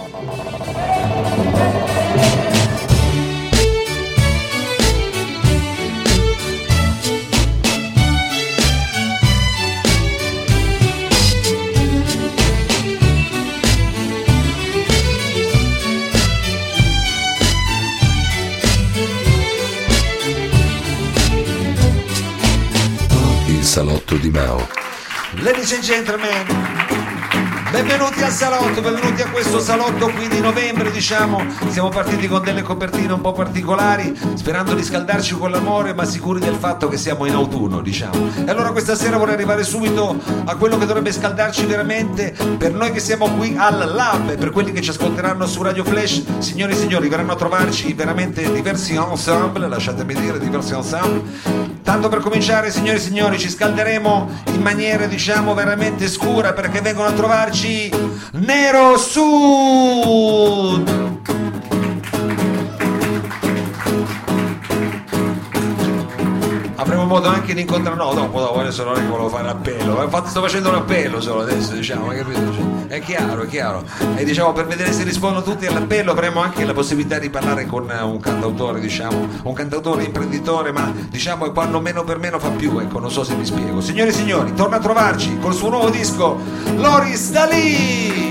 Salotto di Mao. Ladies and gentlemen, benvenuti al salotto, benvenuti a questo salotto qui di novembre, diciamo. Siamo partiti con delle copertine un po' particolari, sperando di scaldarci con l'amore, ma sicuri del fatto che siamo in autunno, diciamo. E allora questa sera vorrei arrivare subito a quello che dovrebbe scaldarci veramente, per noi che siamo qui al Lab e per quelli che ci ascolteranno su Radio Flash. Signori e signori, verranno a trovarci veramente diversi ensemble, lasciatemi dire, diversi ensemble. Tanto per cominciare, signori e signori, ci scalderemo in maniera, diciamo, veramente scura, perché vengono a trovarci Nero Sud. Avremo modo anche di incontrare, no, dopo adesso non è che volevo fare l'appello, sto facendo l'appello solo adesso, diciamo, hai capito? È chiaro. E diciamo, per vedere se rispondono tutti all'appello avremo anche la possibilità di parlare con un cantautore, diciamo, un cantautore imprenditore, ma diciamo che quando meno per meno fa più, ecco, non so se mi spiego. Signori e signori, torna a trovarci col suo nuovo disco Loris Daly.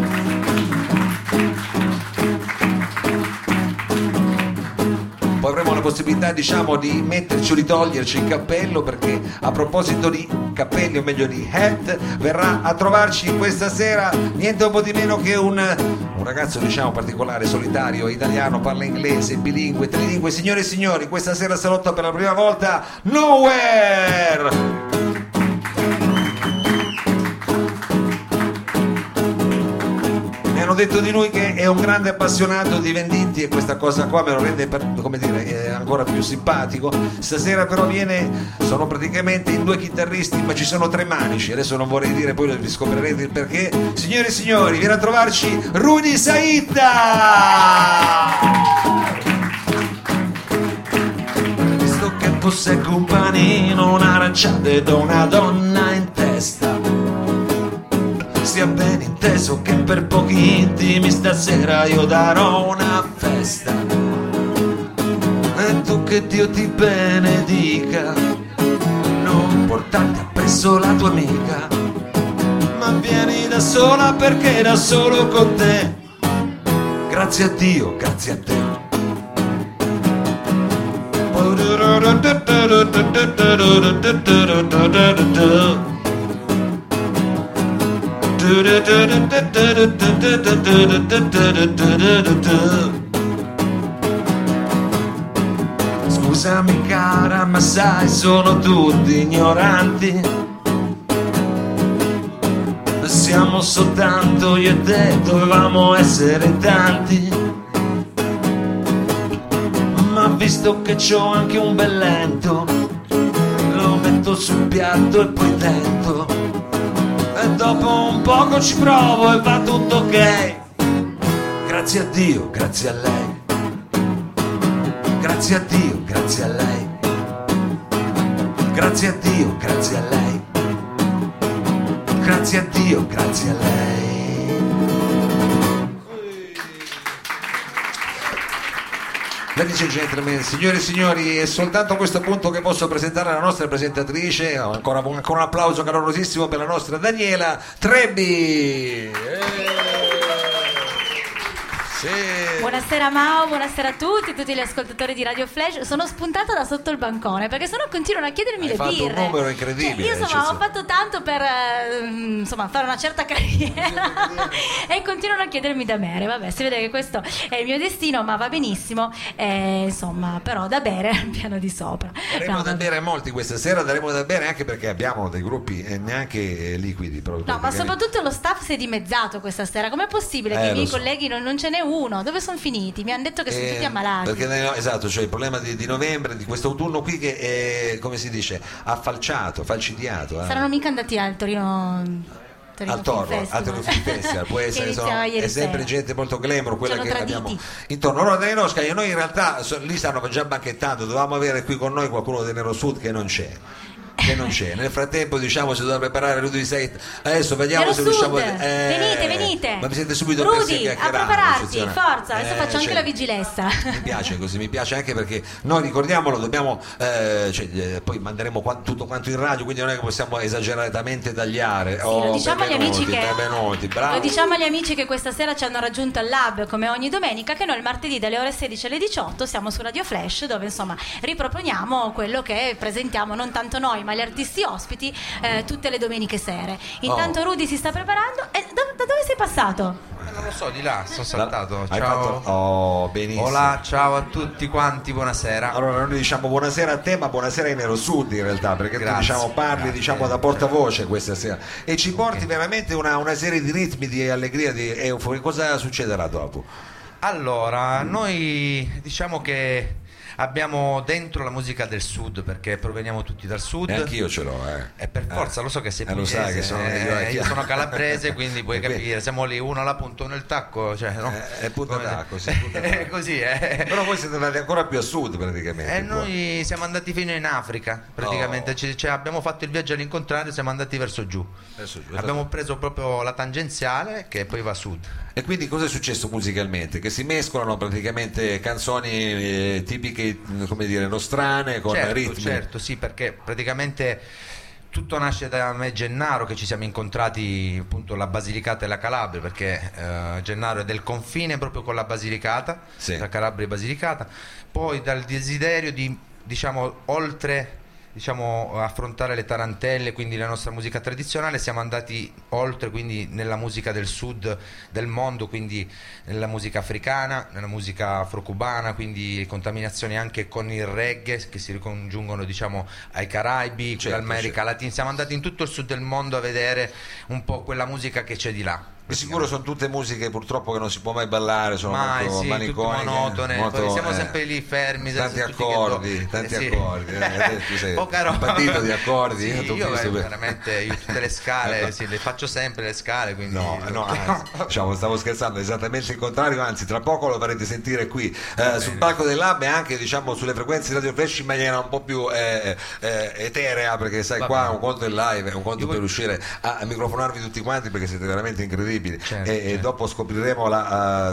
Poi avremo la possibilità, diciamo, di metterci o di toglierci il cappello, perché a proposito di cappelli, o meglio di hat, verrà a trovarci questa sera niente un po' di meno che un ragazzo, diciamo, particolare, solitario, italiano, parla inglese, bilingue, trilingue. Signore e signori, questa sera salotto per la prima volta Nowhere. Hanno detto di lui che è un grande appassionato di venditi e questa cosa qua me lo rende, come dire, ancora più simpatico. Stasera però sono praticamente in due chitarristi, ma ci sono tre manici, adesso non vorrei dire, poi vi scoprirete il perché. Signore e signori, viene a trovarci Rudy Saida. Visto che posseggo un panino, un'aranciata ed una donna in testa, sia ben inteso che per pochi intimi stasera io darò una festa. E tu che Dio ti benedica, non portarti appresso la tua amica, ma vieni da sola perché da solo con te. Grazie a Dio, grazie a te. Scusami cara, ma sai, sono tutti ignoranti. Siamo soltanto io e te, dovevamo essere tanti. Ma visto che c'ho anche un bel lento, lo metto sul piatto e poi tento. E dopo un poco ci provo e va tutto ok. Grazie a Dio, grazie a lei. Grazie a Dio, grazie a lei. Grazie a Dio, grazie a lei. Grazie a Dio, grazie a lei. Ladies and gentlemen, signore e signori, è soltanto a questo punto che posso presentare la nostra presentatrice. Ancora un applauso calorosissimo per la nostra Daniela Trebbi. Sì. Buonasera Mao, buonasera a tutti gli ascoltatori di Radio Flash. Sono spuntata da sotto il bancone perché sennò continuano a chiedermi le birre. Hai fatto un numero incredibile. Io insomma ho fatto tanto per fare una certa carriera e continuano a chiedermi da bere. Vabbè, si vede che questo è il mio destino, ma va benissimo. Insomma, però da bere al piano di sopra. Daremo da bere a molti questa sera, daremo da bere anche perché abbiamo dei gruppi neanche liquidi. No, ma soprattutto lo staff si è dimezzato questa sera. Com'è possibile che i miei colleghi non ce n'è uno? Dove sono finiti? Mi hanno detto che sono tutti ammalati. Perché esatto, cioè il problema di novembre, di questo autunno qui che è, come si dice, falcidiato. Saranno mica andati al Torino al Toro, al Torino Film Festival, può essere, è sempre gente molto glamour quella che abbiamo intorno. Allora Danosca, noi in realtà lì stanno già banchettando, dovevamo avere qui con noi qualcuno del Nero Sud che non c'è. che non c'è. Nel frattempo diciamo si dovrà preparare Rudy di Seit. Adesso vediamo Nello se riusciamo venite. Ma mi siete subito Rudy, a prepararti, Eccezionale. forza, adesso faccio anche la vigilessa. Mi piace così, mi piace anche perché noi ricordiamolo, dobbiamo poi manderemo tutto quanto in radio, quindi non è che possiamo esageratamente tagliare. Sì, lo diciamo agli amici benvenuti, bravo. Lo diciamo agli amici che questa sera ci hanno raggiunto al Lab come ogni domenica, che noi il martedì dalle ore 16 alle 18 siamo su Radio Flash, dove insomma riproponiamo quello che presentiamo non tanto noi ma gli artisti ospiti tutte le domeniche sere. Intanto Rudy si sta preparando. Da dove sei passato? Non lo so, di là, sono saltato. Hai Ciao. fatto... benissimo. Hola, ciao a tutti quanti, buonasera. Allora noi diciamo buonasera a te, ma buonasera ai Nero Sud in realtà, perché tu diciamo parli diciamo da portavoce questa sera e ci porti veramente una serie di ritmi, di allegria, di euforia. Cosa succederà dopo? Allora, noi diciamo che abbiamo dentro la musica del sud, perché proveniamo tutti dal sud. E anch'io ce l'ho, E per forza, lo so che sei lo sai che sono io sono calabrese, quindi puoi capire, siamo lì, uno alla punta, uno il tacco, cioè, no? È punta tacco, sì, così Però voi siete andati ancora più a sud praticamente. E noi siamo andati fino in Africa, praticamente, abbiamo fatto il viaggio all'incontrario, siamo andati verso giù. Abbiamo preso proprio la tangenziale che poi va a sud. E quindi cosa è successo musicalmente? Che si mescolano praticamente canzoni tipiche, come dire, nostrane con ritmi. Certo, sì, perché praticamente tutto nasce da me e Gennaro, che ci siamo incontrati appunto la Basilicata e la Calabria, perché Gennaro è del confine proprio con la Basilicata, tra Calabria e Basilicata, poi dal desiderio di, diciamo, oltre affrontare le tarantelle, quindi la nostra musica tradizionale, siamo andati oltre, quindi nella musica del sud del mondo, quindi nella musica africana, nella musica afro-cubana, quindi contaminazioni anche con il reggae che si ricongiungono diciamo ai Caraibi, l'America Latina. Siamo andati in tutto il sud del mondo a vedere un po' quella musica che c'è di là. Di sicuro sono tutte musiche purtroppo che non si può mai ballare, sono molto maniconiche, monotone, siamo sempre lì fermi, tanti accordi, accordi. Tu sei un partito di accordi. Io veramente tutte le scale, le faccio sempre le scale, quindi diciamo, stavo scherzando, esattamente il contrario, anzi tra poco lo farete sentire qui sul palco del Lab e anche diciamo sulle frequenze di Radio Flash in maniera un po' più eterea, perché sai qua un conto è live, un conto per riuscire a microfonarvi tutti quanti, perché siete veramente incredibili. E dopo scopriremo la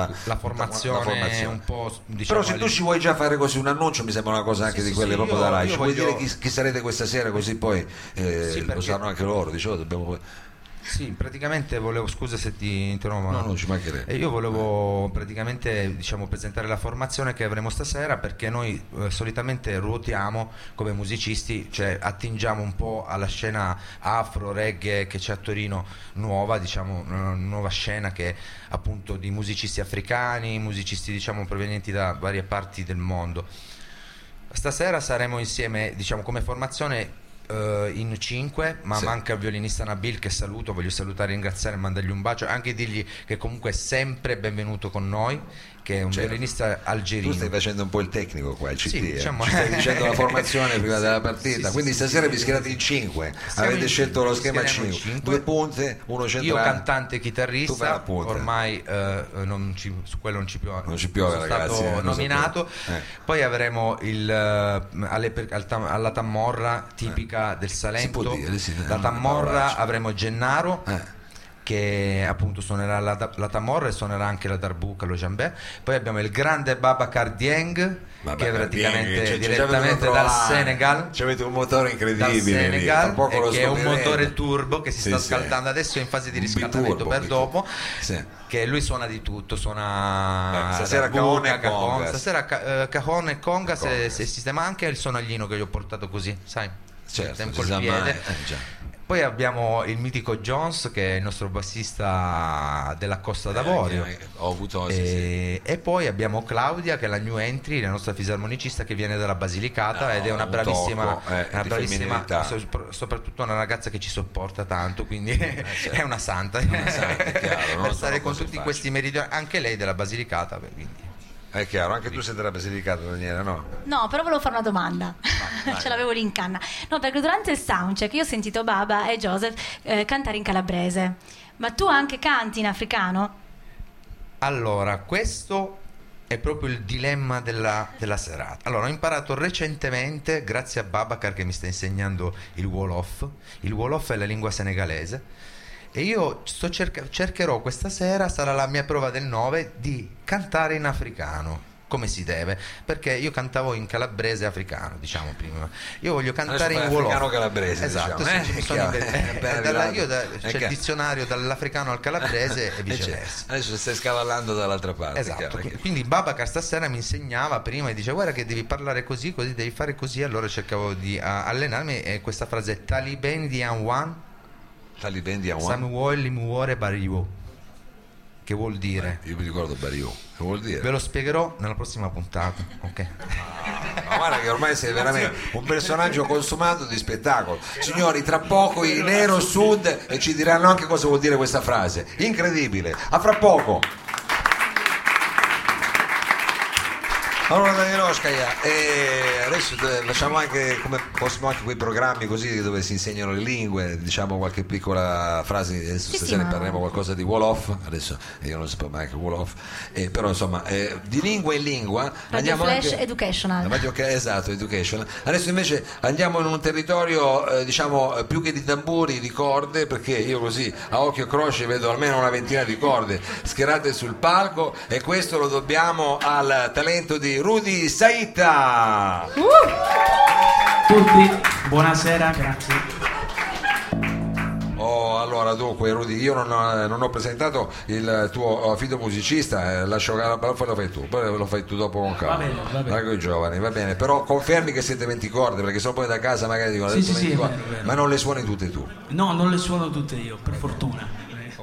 formazione un po', diciamo. Però se tu ci vuoi già fare così un annuncio, mi sembra una cosa anche di quelle proprio da Rai. Ci vuoi dire chi sarete questa sera, così poi lo sanno anche loro, dicevo, dobbiamo. Sì, praticamente volevo, scusa se ti interrompo. No, ci mancherebbe. Io volevo praticamente presentare la formazione che avremo stasera, perché noi solitamente ruotiamo come musicisti, cioè attingiamo un po' alla scena afro, reggae che c'è a Torino nuova, diciamo una nuova scena che è appunto di musicisti africani, musicisti diciamo provenienti da varie parti del mondo. Stasera saremo insieme, diciamo, come formazione in 5, ma manca il violinista Nabil, che saluto, voglio salutare, ringraziare e mandargli un bacio, anche dirgli che comunque è sempre benvenuto con noi, che è un violinista algerino. Tu stai facendo un po' il tecnico qua, il CT, diciamo. Ci stai dicendo la formazione prima della partita, quindi stasera vi schierate in 5, avete scelto lo schema 5, 2 punte, uno centrale. Io cantante e chitarrista, ormai su quello non ci piove, ragazzi, stato nominato. Poi avremo alla Tamorra tipica del Salento, la Tamorra, avremo Gennaro che appunto suonerà la Tamorra e suonerà anche la Darbuka, lo Jambé. Poi abbiamo il grande Babacar Dieng, che è praticamente direttamente dal Senegal. Avete un motore incredibile, Senegal, che è un motore turbo che si sta scaldando adesso, è in fase di riscaldamento per dopo. Che lui suona di tutto, suona stasera Cajon, stasera Cajon e Conga, se sistema anche il sonaglino che gli ho portato così, sai? Col piede. Poi abbiamo il mitico Jones, che è il nostro bassista della Costa d'Avorio. E poi abbiamo Claudia, che è la new entry, la nostra fisarmonicista, che viene dalla Basilicata ed è una bravissima, soprattutto una ragazza che ci sopporta tanto, quindi è una santa. Per stare con tutti questi meridionali, anche lei della Basilicata, quindi. È chiaro, anche tu sei della Basilicata, Daniela, no? No, però volevo fare una domanda. Ce l'avevo lì in canna. No, perché durante il soundcheck io ho sentito Baba e Joseph cantare in calabrese. Ma tu anche canti in africano? Allora, questo è proprio il dilemma della serata. Allora, ho imparato recentemente, grazie a Babacar che mi sta insegnando il Wolof. Il Wolof è la lingua senegalese e io cercherò questa sera, sarà la mia prova del 9, di cantare in africano come si deve, perché io cantavo in calabrese africano, diciamo prima. Io voglio cantare in Wolof. Africano calabrese, esatto, diciamo. C'è il dizionario dall'africano al calabrese e viceversa. Adesso stai scavallando dall'altra parte. Esatto. Quindi Babacar stasera mi insegnava prima e dice guarda che devi parlare così devi fare così, allora cercavo di allenarmi e questa frase è Taliben di Anwan Samuel Limuore Bariwo, che vuol dire? Io mi ricordo Bariwo, che vuol dire? Ve lo spiegherò nella prossima puntata, ok? Ma guarda che ormai sei veramente un personaggio consumato di spettacolo. Signori, tra poco i Nero Sud e ci diranno anche cosa vuol dire questa frase. Incredibile. A fra poco. Allora Daniele Oskaya, adesso facciamo anche come possiamo anche quei programmi così dove si insegnano le lingue, diciamo qualche piccola frase, adesso stasera parleremo qualcosa di Wolof, adesso io non sapevo mai che Wolof, però insomma di lingua in lingua Radio andiamo Flash anche, Educational. Esatto, Educational. Adesso invece andiamo in un territorio diciamo più che di tamburi, di corde, perché io così a occhio e croce vedo almeno una ventina di corde schierate sul palco e questo lo dobbiamo al talento di Rudy Saita. Tutti, buonasera, grazie. Allora dunque Rudy, io non ho presentato il tuo fido musicista, lascio lo fai tu, poi lo fai tu dopo con calma. Va bene. Con i giovani, va bene, però confermi che siete 20 corde, perché sono poi da casa magari dicono sì, 20 corde, è vero. ma non le suoni tutte tu? No, non le suono tutte io, per fortuna.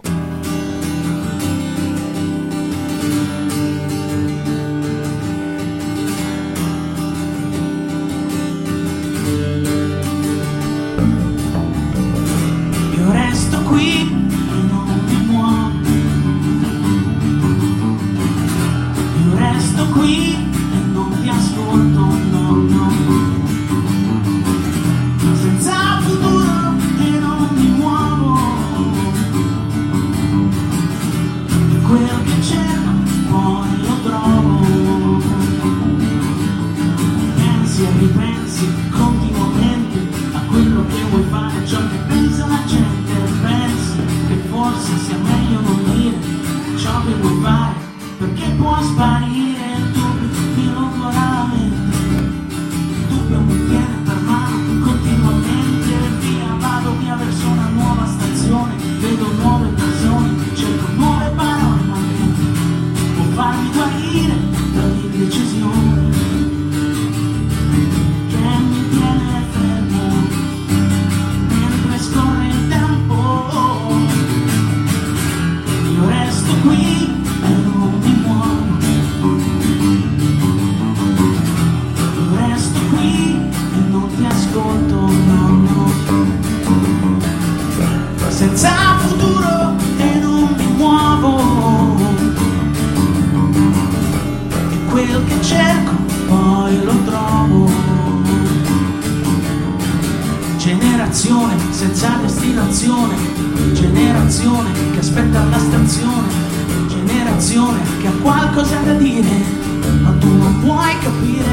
Senza destinazione, generazione che aspetta la stazione, generazione che ha qualcosa da dire, ma tu non puoi capire.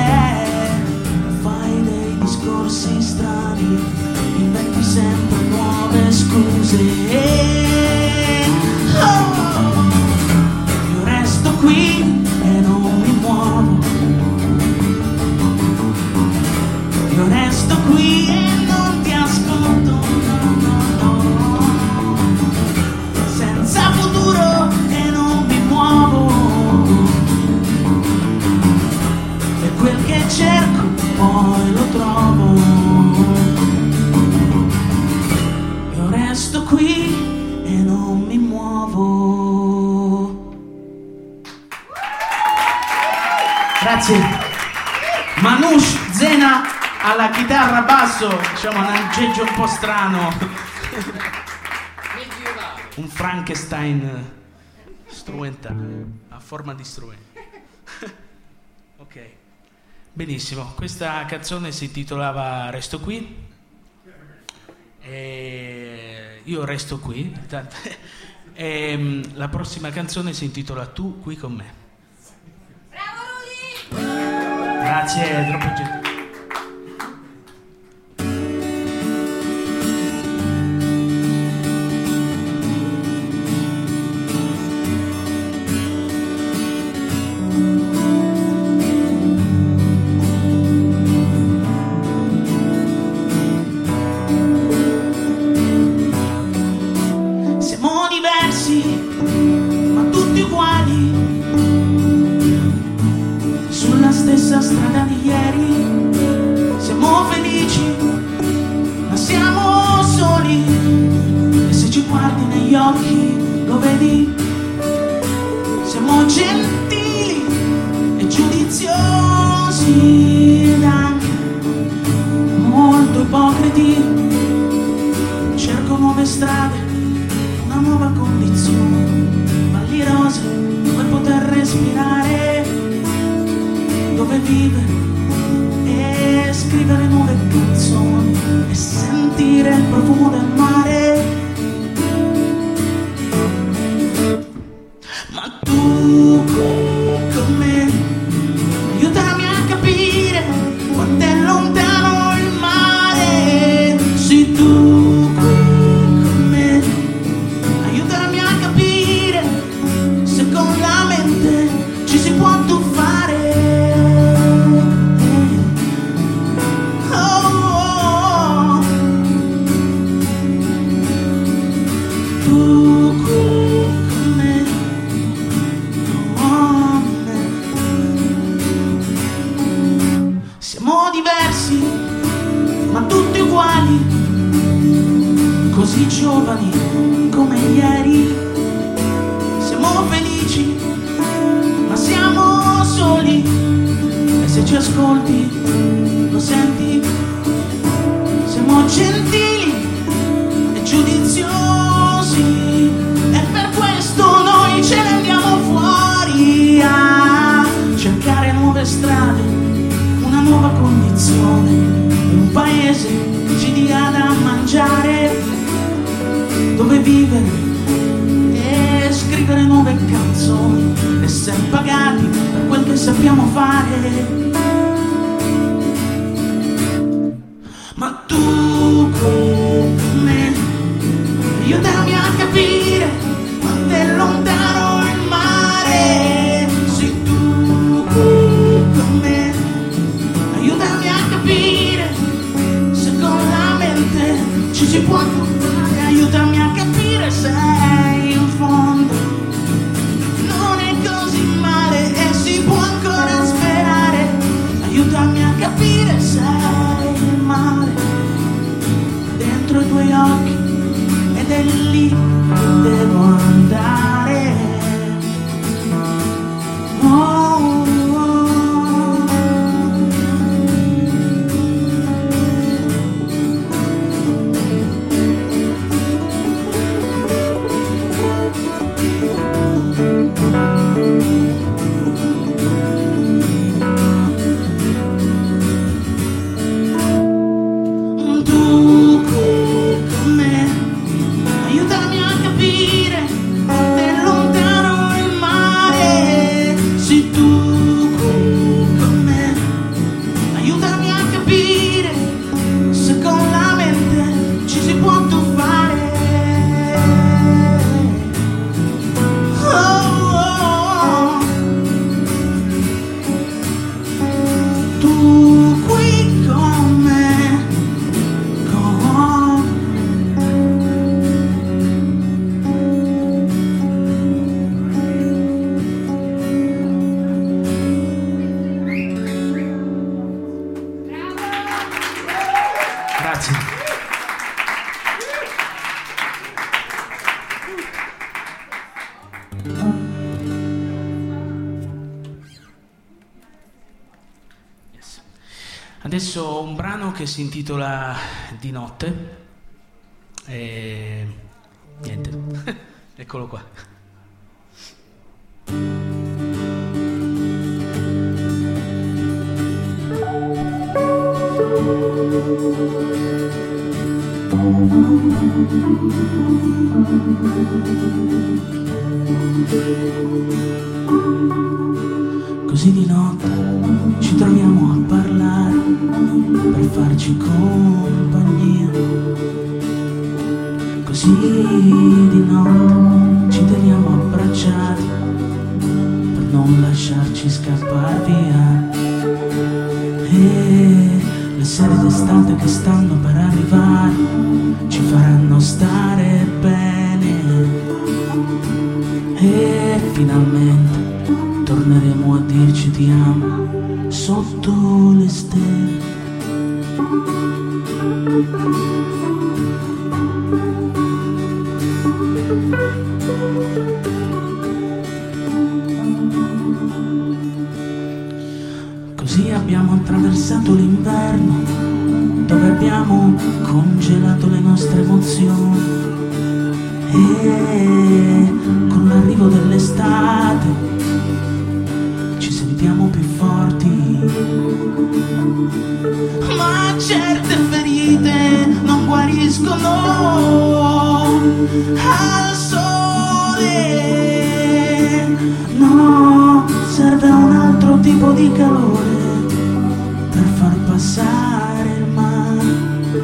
Fai dei discorsi strani, inventi sempre nuove scuse. Io resto qui e non mi muovo. Io resto qui e non ti ascolto, no. Senza futuro e non mi muovo. E quel che cerco poi lo trovo. Io resto qui e non mi muovo. Grazie. Manouche Zena alla chitarra basso, diciamo un arpeggio un po' strano, un Frankenstein strumentale a forma di strumento. Ok, benissimo, questa canzone si intitolava Resto qui e io resto qui e la prossima canzone si intitola Tu qui con me. Grazie, è troppo gentile. Siamo diversi, ma tutti uguali, sulla stessa strada di ieri. Siamo felici, ma siamo soli, e se ci guardi negli occhi lo vedi. Siamo gentili e giudiziosi ed anche molto ipocriti. Cerco nuove strade, una nuova condizione, valli rose dove poter respirare, dove vivere e scrivere nuove canzoni e sentire il profumo del mare. Ma tu con me aiutami a capire quanto è lontano il mare. Sì, tu con me aiutami a capire se con la mente ci si può tuffare. Oh, oh, oh. Tu con me, con me. Siamo diversi, ma tutti uguali, così giovani come ieri. Siamo felici, ma siamo soli, e se ci ascolti lo senti. Siamo gentili e giudiziosi, e per questo noi ce ne andiamo fuori a cercare nuove strade, una nuova condizione, un paese che ci dia da mangiare, dove vivere e scrivere nuove canzoni, essere pagati per quel che sappiamo fare. Ma tu con me aiutami a capire quanto è lontano il mare. Sì, tu con me aiutami a capire se con la mente ci si può toccare. Aiutami a capire se in fondo non è così male e si può ancora sperare. Aiutami a capire se il mare dentro i tuoi occhi ed è lì che devo andare. Oh, tu con me aiutami a capire quanto è lontano il mare. Sì, tu con me aiutami a capire se con la mente ci si può tuffare. Oh, oh, oh. Tu qui con me, con Grazie. Yes. Adesso un brano che si intitola Di notte. E niente, eccolo qua. Così di notte ci troviamo a parlare per farci compagnia. Così di notte ci teniamo abbracciati per non lasciarci scappare via. E le sere d'estate che stanno per arrivare ci faranno stare bene. E finalmente torneremo a dirci ti amo sotto le stelle. Così abbiamo attraversato l'inverno, dove abbiamo congelato le nostre emozioni. E con l'arrivo dell'estate ci sentiamo più forti. Ma certe ferite non guariscono al sole. No, serve un altro tipo di calore per far passare il mare.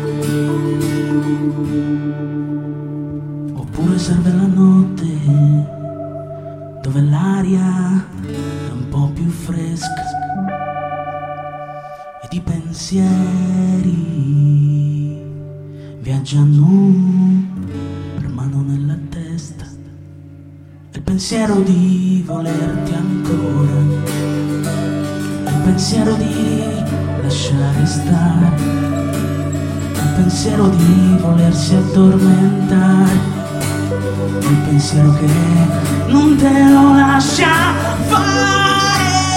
Oppure serve la notte, dove l'aria è un po' più fresca ed i pensieri viaggiano per mano nella testa. Il pensiero di volerti ancora, il pensiero di lasciare stare, il pensiero di volersi addormentare, il pensiero che non te lo lascia fare.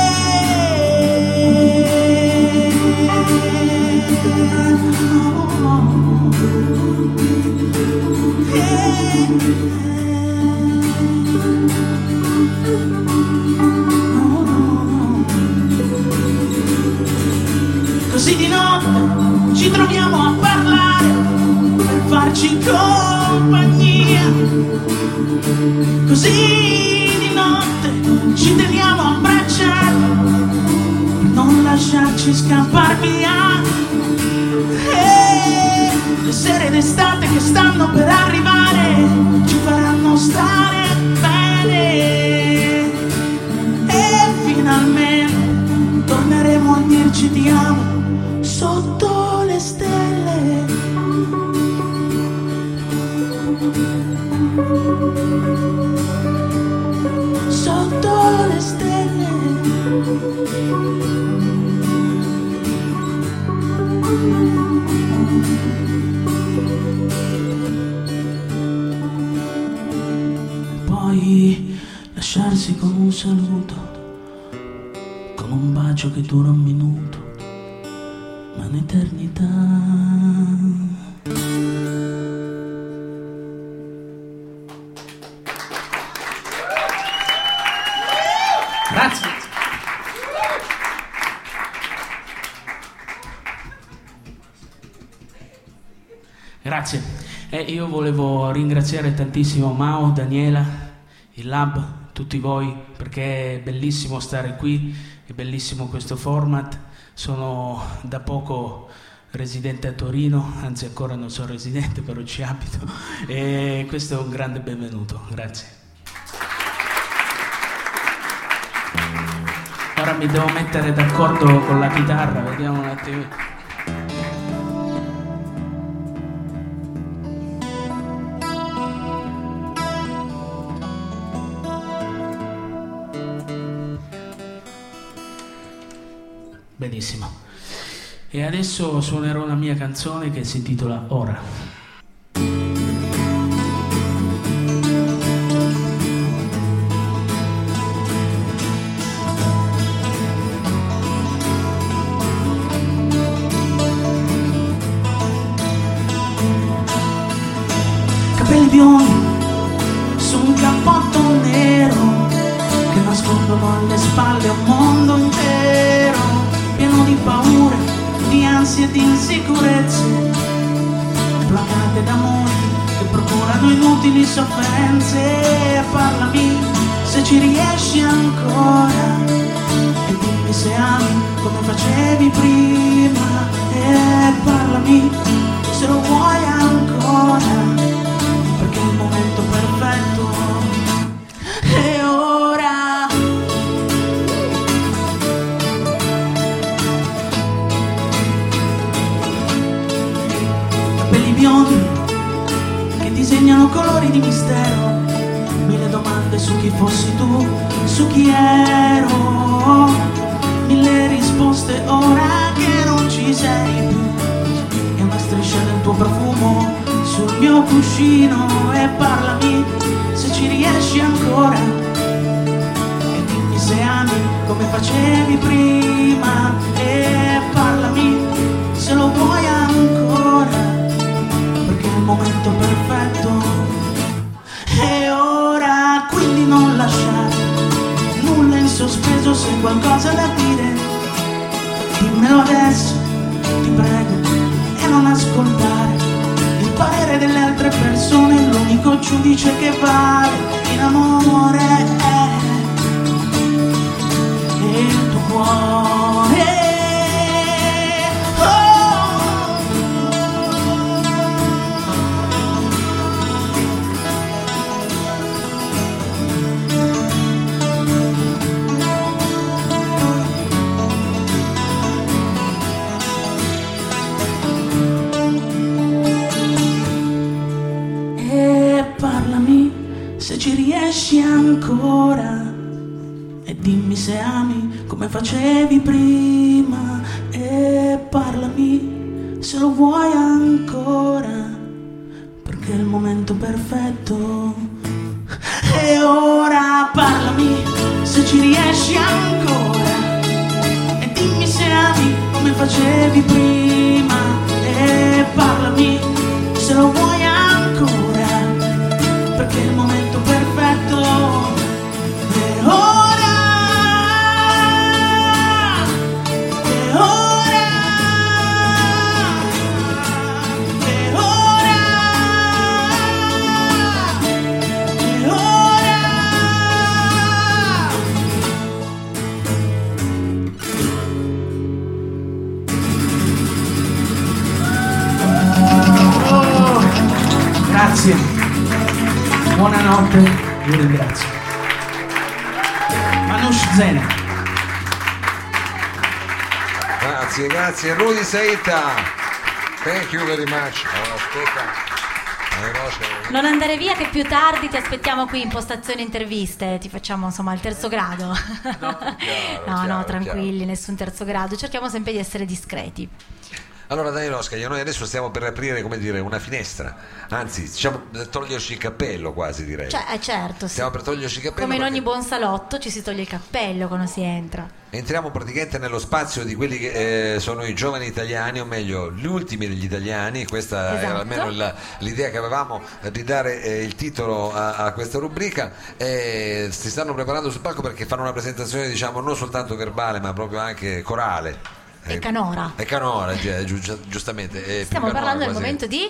Così di notte ci troviamo a parlare per farci compagnia. Così di notte ci teniamo abbracciati per non lasciarci scappar via. E le sere d'estate che stanno per arrivare ci faranno stare bene. E finalmente torneremo a dirci ti amo sotto le stelle. Sotto le stelle. Poi lasciarsi con un saluto, con un bacio che dura un minuto, ma un'eternità. Grazie. Grazie. Io volevo ringraziare tantissimo Mao, Daniela, il Lab, tutti voi, perché è bellissimo stare qui, è bellissimo questo format. Sono da poco residente a Torino, anzi ancora non sono residente, però ci abito, e questo è un grande benvenuto. Grazie. Ora mi devo mettere d'accordo con la chitarra, vediamo un attimo. Benissimo. E adesso suonerò una mia canzone che si intitola Ora. Capelli biondi su un cappotto nero che nascondono alle spalle un mondo intero, pieno di paure, di ansie e di insicurezze, placate d'amori che procurano inutili sofferenze. Parlami se ci riesci ancora, come facevi prima e parlami se lo vuoi ancora, perché è il momento perfetto. E ora capelli biondi che disegnano colori di mistero, mille domande su chi fossi tu, su chi ero, mille risposte ora che non ci sei più, e una striscia del tuo profumo sul mio cuscino. E parlami se ci riesci ancora, e dimmi se ami come facevi prima, e parlami se lo vuoi ancora, perché è il momento perfetto. E ora quindi non lasciare nulla in sospeso, se hai qualcosa da dire dimmelo adesso, ti prego, e non ascoltare il parere delle altre persone. L'unico giudice che vale in amore è il tuo cuore. Se ci riesci ancora, e dimmi se ami come facevi prima, e parlami se lo vuoi ancora, perché è il momento perfetto. E ora parlami se ci riesci ancora, e dimmi se ami come facevi prima, e parlami se lo vuoi ancora, perché è il momento perfetto. E ora, e ora, e ora, e ora. Oh, grazie. Buonanotte, vi ringrazio. Manouche Zena. Grazie, Rudy Saita. Thank you very much. Non andare via che più tardi ti aspettiamo qui in postazione interviste, ti facciamo insomma il terzo grado. No, tranquilli, nessun terzo grado, cerchiamo sempre di essere discreti. Allora Danielosca, noi adesso stiamo per aprire, come dire, una finestra, anzi diciamo toglierci il cappello quasi, direi. Certo, sì. Stiamo per toglierci il cappello. Come in ogni buon salotto ci si toglie il cappello quando si entra. Entriamo praticamente nello spazio di quelli che sono i giovani italiani, o meglio gli ultimi degli italiani. Questa era almeno l'idea che avevamo di dare il titolo a questa rubrica. Si stanno preparando sul palco perché fanno una presentazione, diciamo, non soltanto verbale ma proprio anche corale. E canora, giustamente. Stiamo parlando del momento di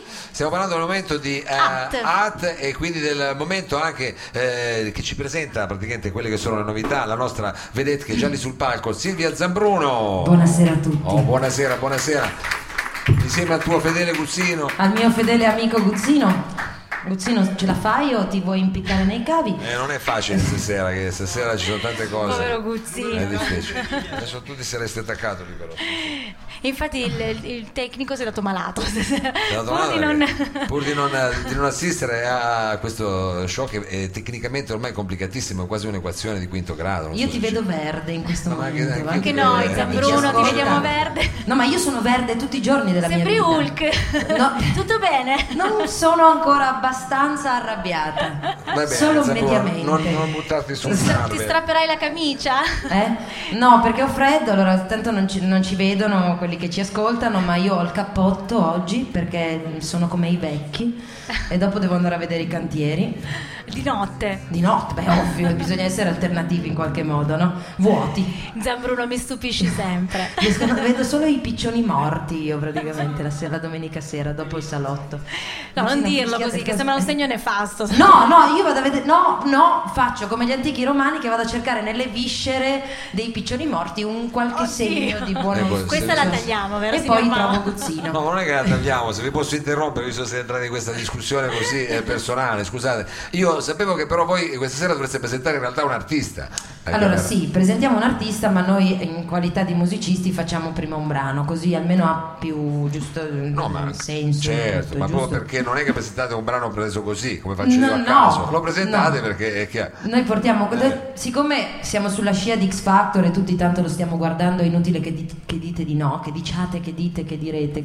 AT, e quindi del momento anche che ci presenta praticamente quelle che sono le novità, la nostra vedette che è già lì sul palco, Silvia Zambrano. Buonasera a tutti. Buonasera. Insieme al tuo fedele Guzzino. Al mio fedele amico Guzzino. Guzzino, ce la fai o ti vuoi impiccare nei cavi? Non è facile stasera, che stasera ci sono tante cose. Povero Guzzino. È difficile. Adesso tu ti saresti attaccato lì però. Infatti il tecnico si è dato malato. Pur di non assistere a questo show che è tecnicamente ormai complicatissimo, è quasi un'equazione di quinto grado. Io ti vedo verde in questo momento. Anche noi, Zambruno, ti vediamo verde. No, ma io sono verde tutti i giorni della Sembri mia vita. Hulk. No. Tutto bene? Non sono ancora abbastanza arrabbiata. Vabbè, solo mediamente. Non buttarti su un Ti strapperai la camicia? No, perché ho freddo, allora tanto non ci vedono quelli che ci ascoltano, ma io ho il cappotto oggi perché sono come i vecchi e dopo devo andare a vedere i cantieri. Di notte? Di notte, beh, ovvio, bisogna essere alternativi in qualche modo, no? Vuoti. Zambruno, mi stupisci sempre. Vedo solo i piccioni morti io praticamente la domenica sera dopo il salotto. No, non dirlo così, che sembra un segno nefasto. No, io vado a vedere, faccio come gli antichi romani che vado a cercare nelle viscere dei piccioni morti un qualche segno di buona Questa la tagliamo, vero? E poi trovo Guzzino. No, non è che la tagliamo, se vi posso interrompere, visto che siete entrati in questa discussione così personale, scusate. Io sapevo che però voi questa sera dovreste presentare in realtà un artista. Allora sì, presentiamo un artista, ma noi in qualità di musicisti facciamo prima un brano, così almeno ha più giusto senso. Certo, tutto, ma giusto? proprio perché non è che presentate un brano preso così, come faccio io a caso. Lo presentate perché è chiaro. Noi portiamo, siccome siamo sulla scia di X Factor e tutti tanto lo stiamo guardando, è inutile che dite di no, che diciate, che dite, che direte,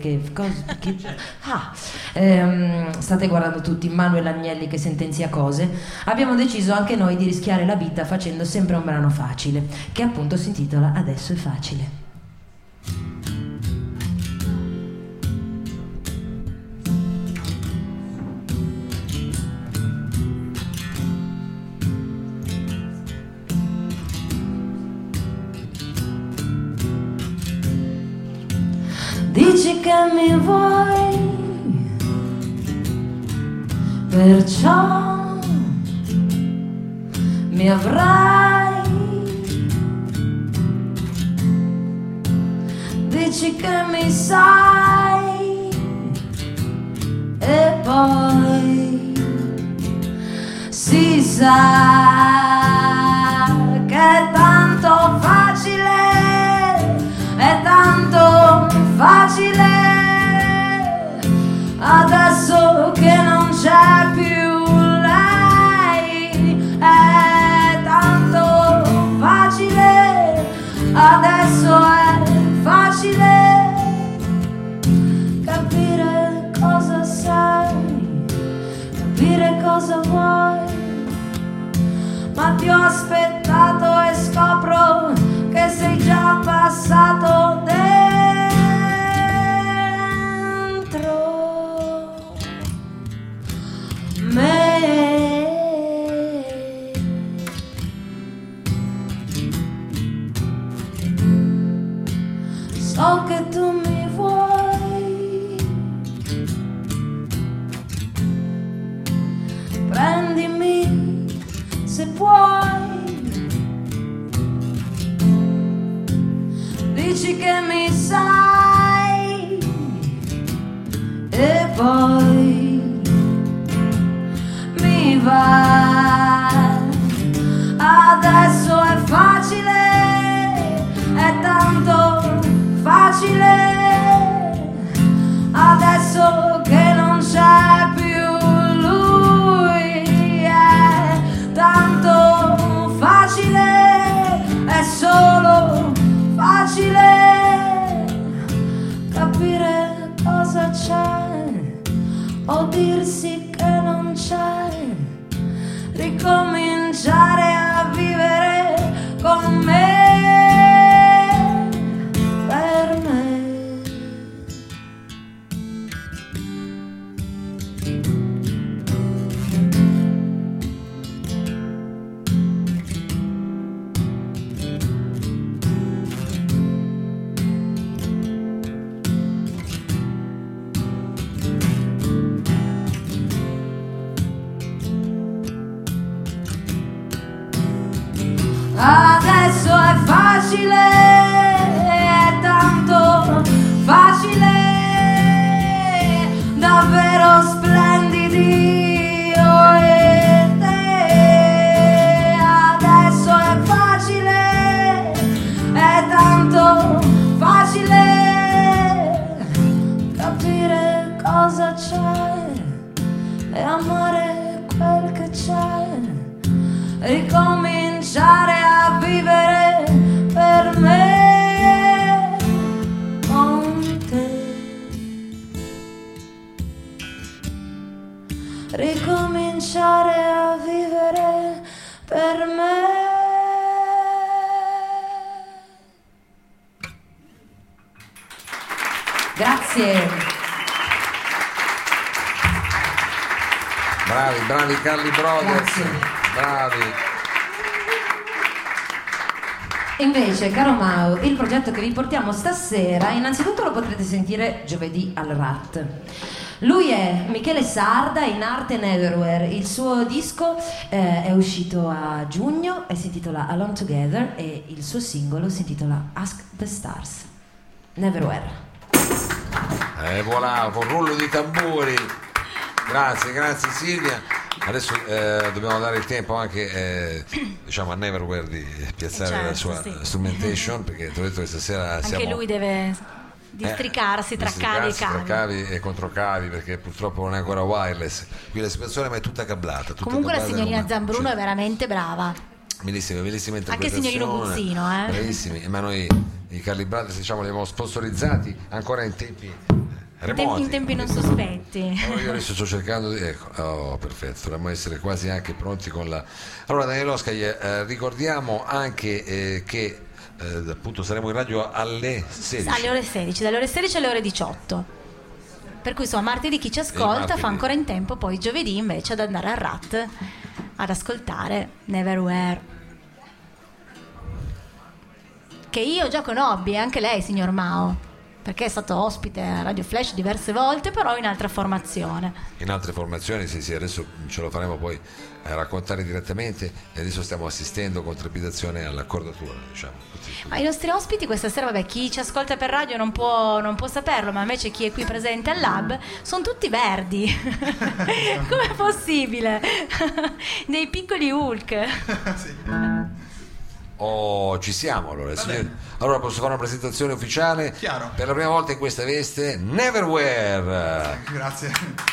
state guardando tutti Manuel Agnelli che sentenzia cose. Abbiamo deciso anche noi di rischiare la vita facendo sempre un brano facile, che appunto si intitola Adesso è facile. Dici che mi vuoi, perciò mi avrai. Dici che mi sai e poi si sa che è tanto facile, è tanto facile, adesso che non c'è più lei, è tanto facile, adesso è facile capire cosa sei, capire cosa vuoi, ma ti ho aspettato e scopro che sei già passato dentro me. So che tu mi vuoi, prendimi se puoi, dici che mi sai e poi mi va. Adesso è facile, è tanto facile, adesso che non c'è più lui, è tanto facile, è solo facile capire cosa c'è o dirsi che non c'è, ricominciare a vivere con me, per me. Adesso è facile, è tanto facile, davvero splendidi io e te. Adesso è facile, è tanto facile capire cosa c'è e amare quel che c'è, ricominciare a vivere per me con te, ricominciare a vivere per me. Grazie. Bravi Calli Brothers. Grazie. Bravi. Invece, caro Mau, il progetto che vi portiamo stasera, innanzitutto lo potrete sentire giovedì al RAT. Lui è Michele Sarda, in arte Neverwhere. Il suo disco è uscito a giugno e si intitola Alone Together e il suo singolo si intitola Ask the Stars. Neverwhere. E voilà, con rullo di tamburi. Grazie Silvia. Adesso dobbiamo dare il tempo anche diciamo a Neverwhere di piazzare la sua strumentation, perché ti ho detto che stasera anche lui deve districarsi tra cavi e controcavi, perché purtroppo non è ancora wireless. Qui la situazione ma è tutta cablata. Comunque la signorina Zambruno è veramente brava. Bellissima interpretazione. Anche il signorino Buzzino, bravissimi. Ma noi i Carli Brothers, diciamo, li abbiamo sponsorizzati ancora in tempi remoti, in tempi non sospetti. Allora io adesso sto cercando di... Ecco, perfetto, dovremmo essere quasi anche pronti con la... Allora Daniele Oscaglia, ricordiamo anche che appunto saremo in radio alle 16. Alle ore 16, dalle ore 16 alle ore 18. Per cui insomma martedì chi ci ascolta fa ancora in tempo, poi giovedì invece ad andare al RAT ad ascoltare Neverwhere, che io già conobbi, e anche lei signor Mao, perché è stato ospite a Radio Flash diverse volte, però in altra formazione. In altre formazioni, sì, adesso ce lo faremo poi raccontare direttamente, e adesso stiamo assistendo con trepidazione all'accordatura, diciamo. Ma i nostri ospiti questa sera, vabbè, chi ci ascolta per radio non può saperlo, ma invece chi è qui presente al lab sono tutti verdi. Com'è possibile? Dei piccoli Hulk. Sì. Oh, ci siamo allora. Allora posso fare una presentazione ufficiale? Chiaro. Per la prima volta in questa veste, Neverwhere. Grazie.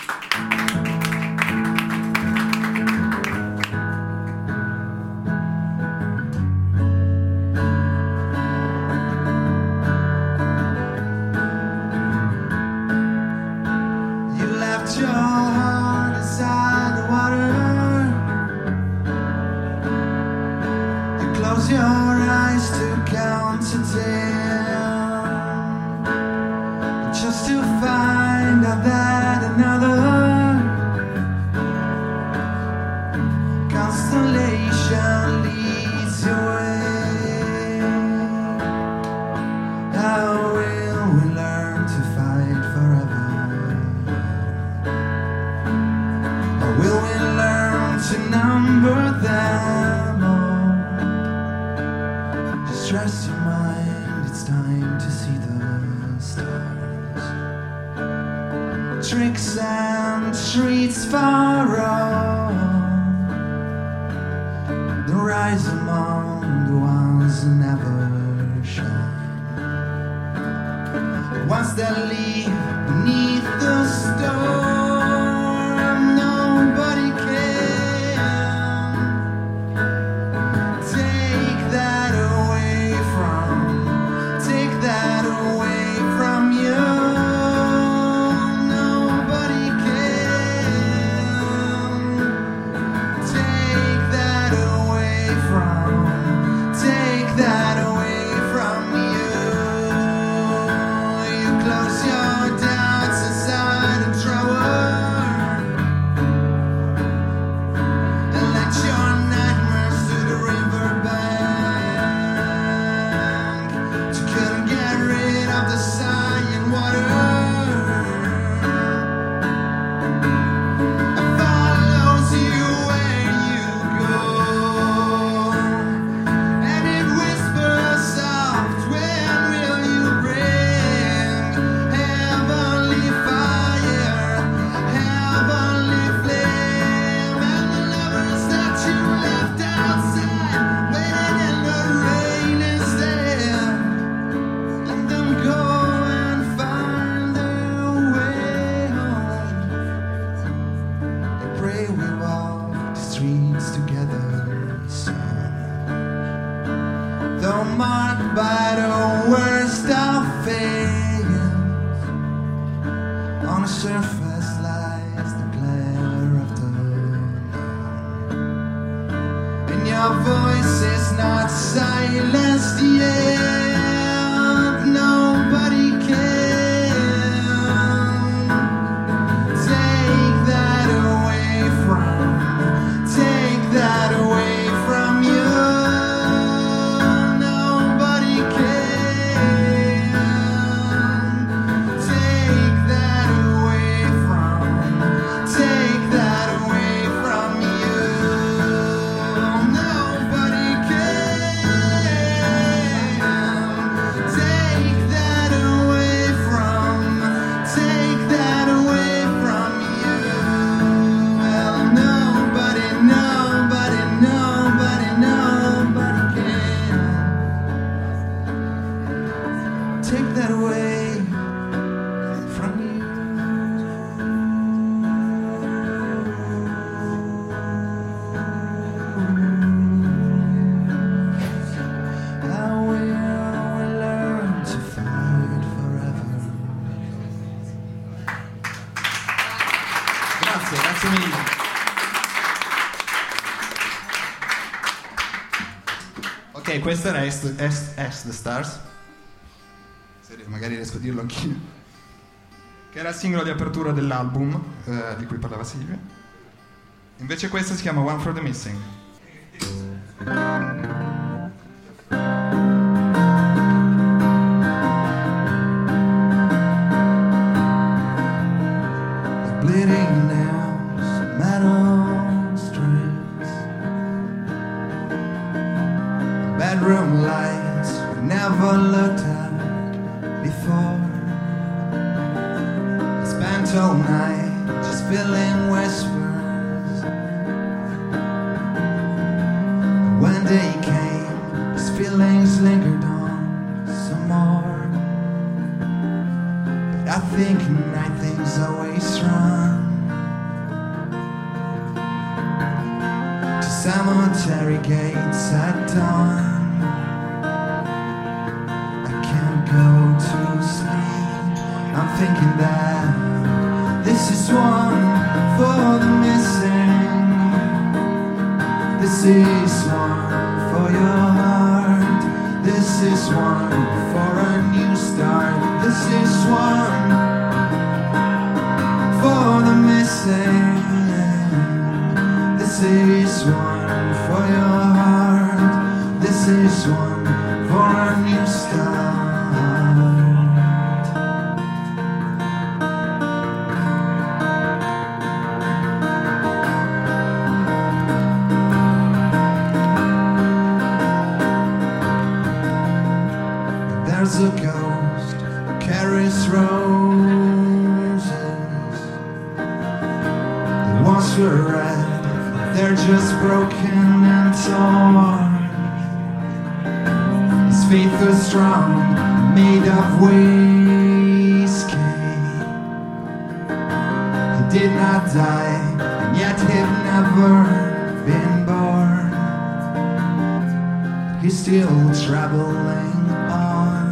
You left your heart inside the water. Close your eyes to count to 10, just to find out that another constellation leads your way. How will we learn to fight forever? Or will we learn to number them all? Trust your mind, it's time to see the stars. Tricks and treats far off, the rise among the ones who never shine, the ones that live beneath the storm. Nobody can take that away. Take that away from you. Nobody can take that away from. Take that away from you. You close your doubts inside a drawer and let your nightmares to the riverbank. Couldn't get rid of the sighing water. It follows you where you go, and it whispers soft. When will you bring heavenly fire, heavenly flame, and the lovers that you left outside, waiting in the rain instead? Let them go and find their way home. I pray we walk the streets together soon, though marked by the worst of failures. On the surface lies the glare of the known, and your voice is not silenced yet. Nobody can take that away from. Take that away from you. Nobody can take that away from. Ok, questo era Ask the Stars. Magari riesco a dirlo anch'io. Che era il singolo di apertura dell'album di cui parlava Silvia. Invece questo si chiama One for the Missing. The bleeding nails, metal strips, bedroom lights we never looked at before. I spent all night just feeling whispers. When day came, these feelings lingered on some more. But I think night things always run to cemetery gates at dawn. Go to sleep, I'm thinking that this is one for the missing. This is one for your heart. This is one for a new start. This is one for the missing. This is one for your heart. This is one for a new start. There's a ghost who carries roses. The ones were red, they're just broken and torn. His faith was strong, made of whiskey. He did not die, and yet he'd never been born. He's still traveling on.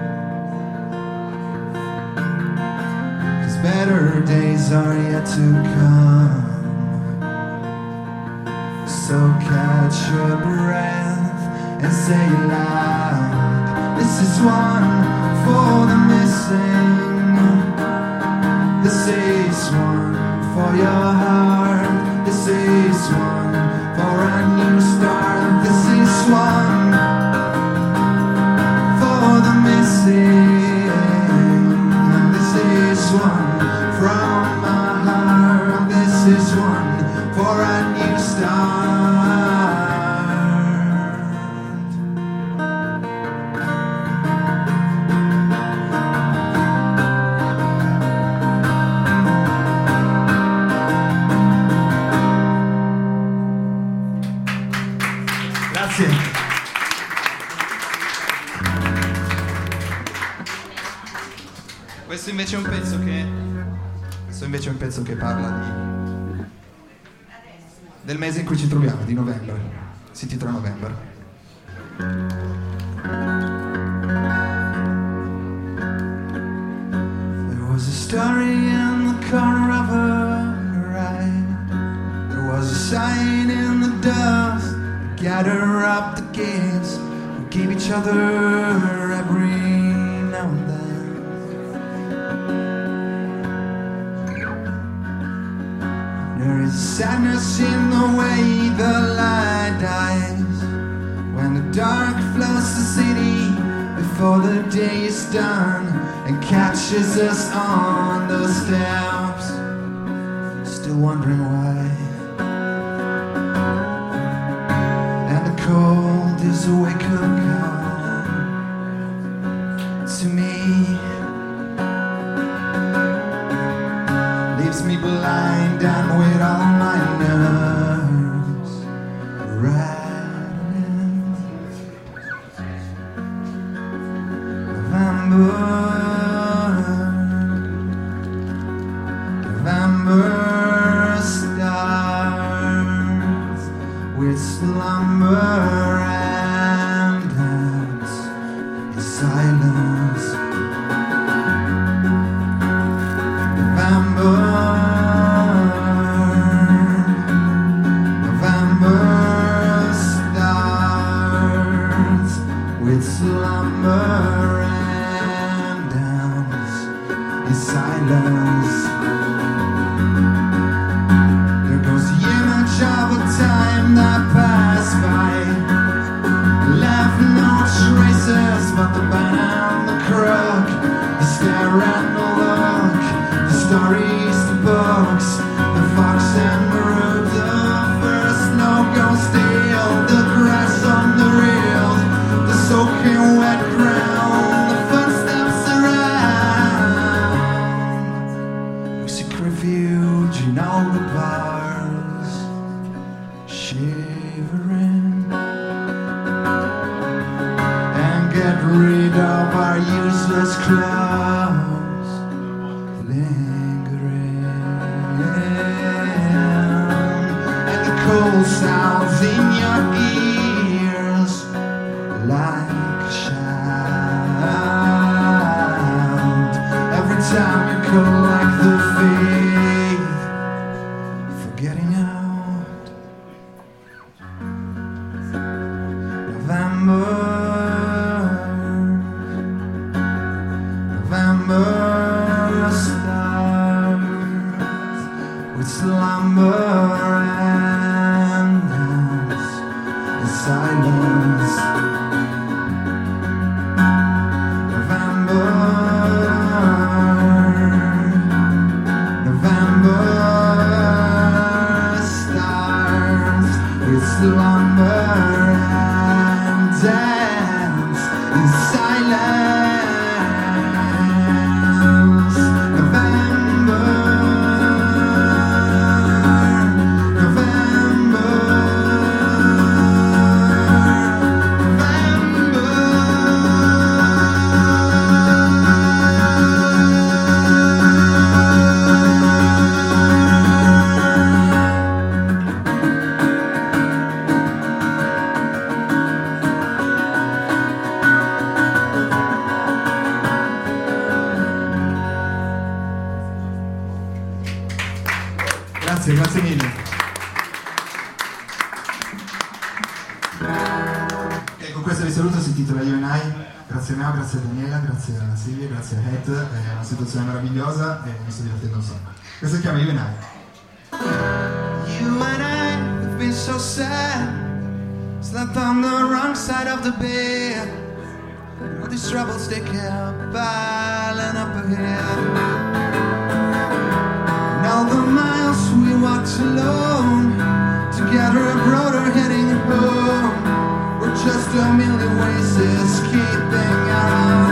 Better days are yet to come. So catch your breath and say loud, this is one for the missing. This is one for your heart. This is one for a new start. This is one for the missing. This is one from my heart. This is one for a new start. Grazie. Questo invece è un pezzo che parla del mese in cui ci troviamo, di novembre. Si intitola November. There was a story in the corner of her eye. There was a sign in the dust. Gather up the kids who give each other every now and then. There is sadness in the way the light dies, when the dark floods the city before the day is done and catches us on the steps, still wondering why. And the cold is a wake-up call to me. Leaves me blind and with all my nerves rattling. November starts with slumber and ends in silence. November starts with slumber and dance in silence. There goes the image of a time that passed by, left no traces but the band and the crook, the stare and the look, the stories, the books, the fox and the root, the first no-go steal, the grass on the rails, the soaking wet ground, the footsteps around. We seek refuge in all the bars, shivering, and get rid of our useless clothes, lingering, and the cold sounds in your ears like a shout. Every time you collect the faith, forgetting out. November starts with slumber and dance in silence. November starts with slumber and dance in silence. Grazie mille. E con questo vi saluto, si intitola You and I. Grazie a Meo, grazie a Daniela, grazie a Silvia, grazie a Head, è una situazione meravigliosa e mi sto divertendo un sacco. Questo si chiama You and I. You and I have been so sad, slept on the wrong side of the bed. All these troubles they kept piling up ahead. All the miles we walked alone, together abroad or heading home, we're just a million ways escaping our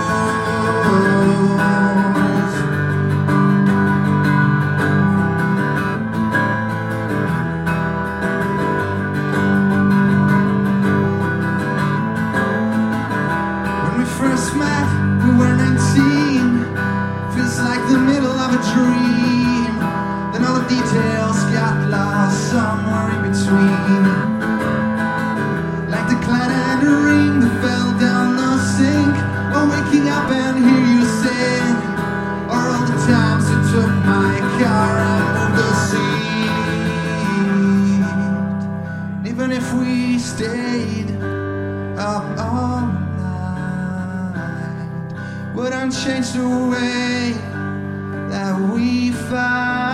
woes. When we first met, we were 19, feels like the middle of a dream. And all the details got lost somewhere in between, like the cloud and the ring that fell down the sink, or waking up and hear you sing, or all the times you took my car and moved the seat. Even if we stayed up all night, wouldn't change the way that we fight.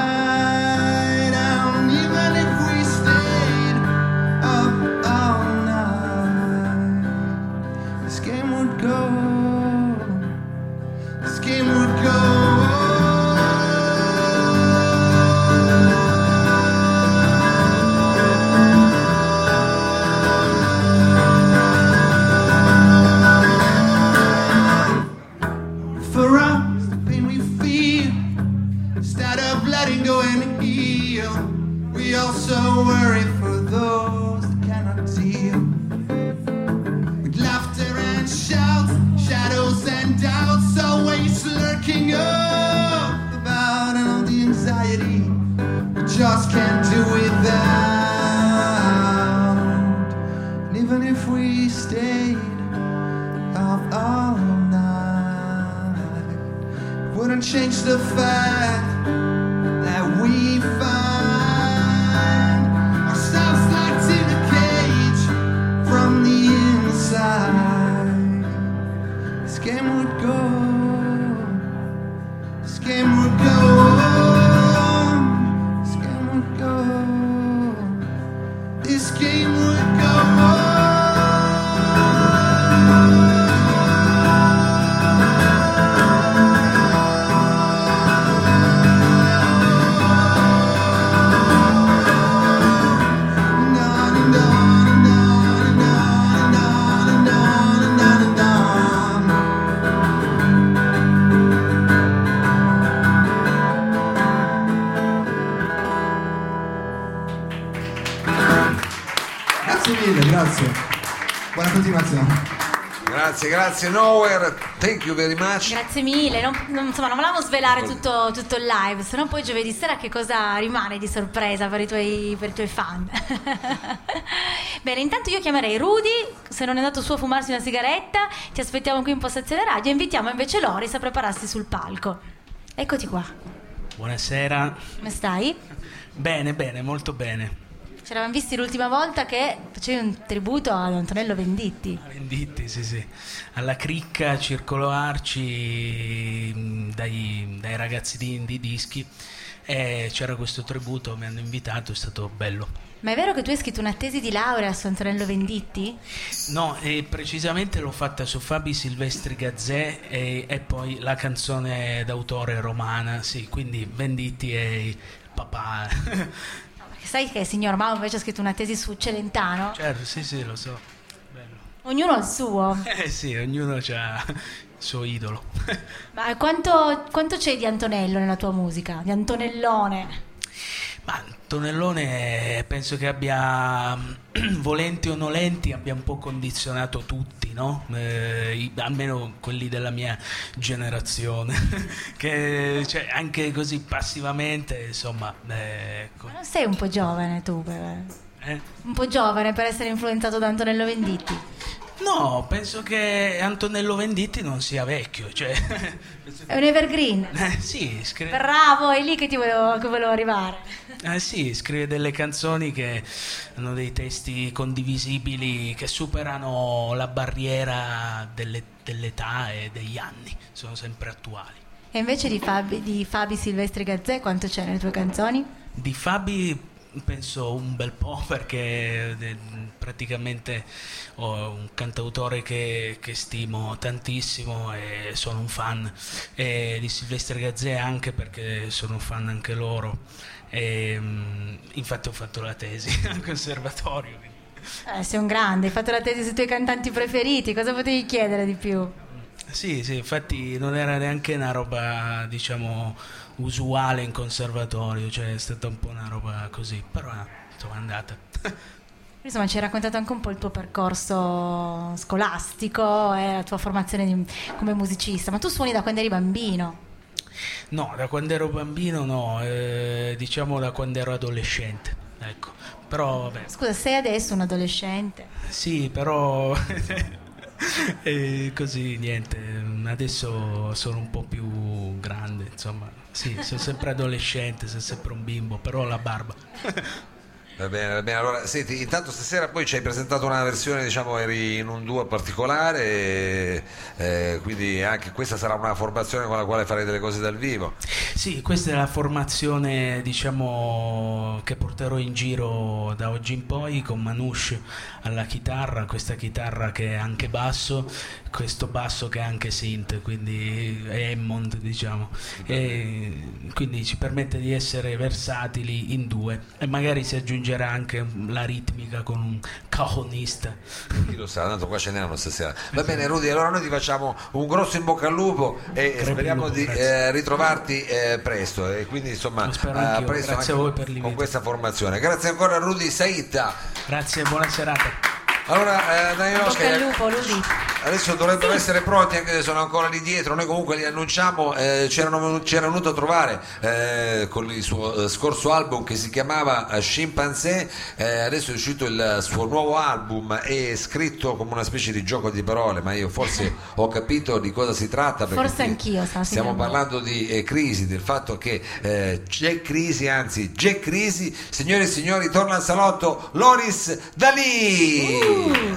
Just can't do without. And even if we stayed up all night, wouldn't change the fact that we find ourselves locked in a cage from the inside. Buona continuazione. Grazie Nowhere, thank you very much. Grazie mille, insomma non volevamo svelare tutto il live, sennò poi giovedì sera che cosa rimane di sorpresa per i tuoi fan? Bene, intanto io chiamerei Rudy, se non è andato su a fumarsi una sigaretta, ti aspettiamo qui in postazione radio e invitiamo invece Loris a prepararsi sul palco. Eccoti qua. Buonasera. Come stai? Bene, molto bene. Ci eravamo visti l'ultima volta che facevi un tributo ad Antonello Venditti. Venditti, sì. Alla cricca Circolo Arci, dai ragazzi di Indie Dischi, e c'era questo tributo, mi hanno invitato, è stato bello. Ma è vero che tu hai scritto una tesi di laurea su Antonello Venditti? No, precisamente l'ho fatta su Fabi Silvestri Gazzè e poi la canzone d'autore romana, sì, quindi Venditti è il papà. Sai che il signor Mao invece ha scritto una tesi su Celentano? Certo, sì, lo so. Bello. Ognuno ha il suo. Sì, ognuno ha il suo idolo. Ma quanto c'è di Antonello nella tua musica? Di Antonellone? Ma Antonellone penso che abbia, volenti o nolenti, abbia un po' condizionato tutti, no? Almeno quelli della mia generazione, che cioè, anche così passivamente, insomma. Ma non sei un po' giovane tu? Un po' giovane per essere influenzato da Antonello Venditti? No, penso che Antonello Venditti non sia vecchio, cioè. È un evergreen. Sì, scrive. Bravo, è lì che volevo arrivare. Sì, scrive delle canzoni che hanno dei testi condivisibili, che superano la barriera dell'età e degli anni, sono sempre attuali. E invece di Fabi Silvestri Gazzè quanto c'è nelle tue canzoni? Di Fabi penso un bel po', perché praticamente ho un cantautore che stimo tantissimo e sono un fan, e di Silvestri Gazzè anche perché sono un fan anche loro, e infatti ho fatto la tesi al conservatorio. Sei un grande, hai fatto la tesi sui tuoi cantanti preferiti, cosa potevi chiedere di più? Sì, infatti non era neanche una roba, diciamo, usuale in conservatorio, cioè è stata un po' una roba così, però insomma è andata. Insomma, ci hai raccontato anche un po' il tuo percorso scolastico e la tua formazione come musicista, ma tu suoni da quando eri bambino? No, da quando ero bambino no, diciamo da quando ero adolescente, ecco, però vabbè. Scusa, sei adesso un adolescente? Sì, però così niente, adesso sono un po' più grande, insomma, sì, sono sempre adolescente, sono sempre un bimbo, però ho la barba. Va bene, allora senti, intanto stasera poi ci hai presentato una versione, diciamo, eri in un duo particolare, quindi anche questa sarà una formazione con la quale farei delle cose dal vivo. Sì, questa è la formazione, diciamo, che porterò in giro da oggi in poi, con Manouche alla chitarra, questa chitarra che è anche basso, questo basso che è anche synth, quindi è Hammond, diciamo, e quindi ci permette di essere versatili in due, e magari si aggiungerà anche la ritmica con un cajonista. Chi lo sa, tanto qua ce n'erano stasera. Va bene Rudy, allora noi ti facciamo un grosso in bocca al lupo e speriamo di ritrovarti presto, e quindi insomma presto, grazie a voi per l'invito, con questa formazione. Grazie ancora Rudy Saita. Grazie, buona serata. Allora Danieloschi, bocca al lupo, Rudy. Adesso dovrebbero essere pronti, anche se sono ancora lì dietro. Noi comunque li annunciamo, c'erano venuto a trovare con il suo scorso album che si chiamava Chimpanzé, adesso è uscito il suo nuovo album, è scritto come una specie di gioco di parole, ma io forse ho capito di cosa si tratta, perché forse anch'io stiamo parlando di crisi, del fatto che c'è crisi, anzi c'è crisi. Signore e signori, torna al salotto Loris Daly.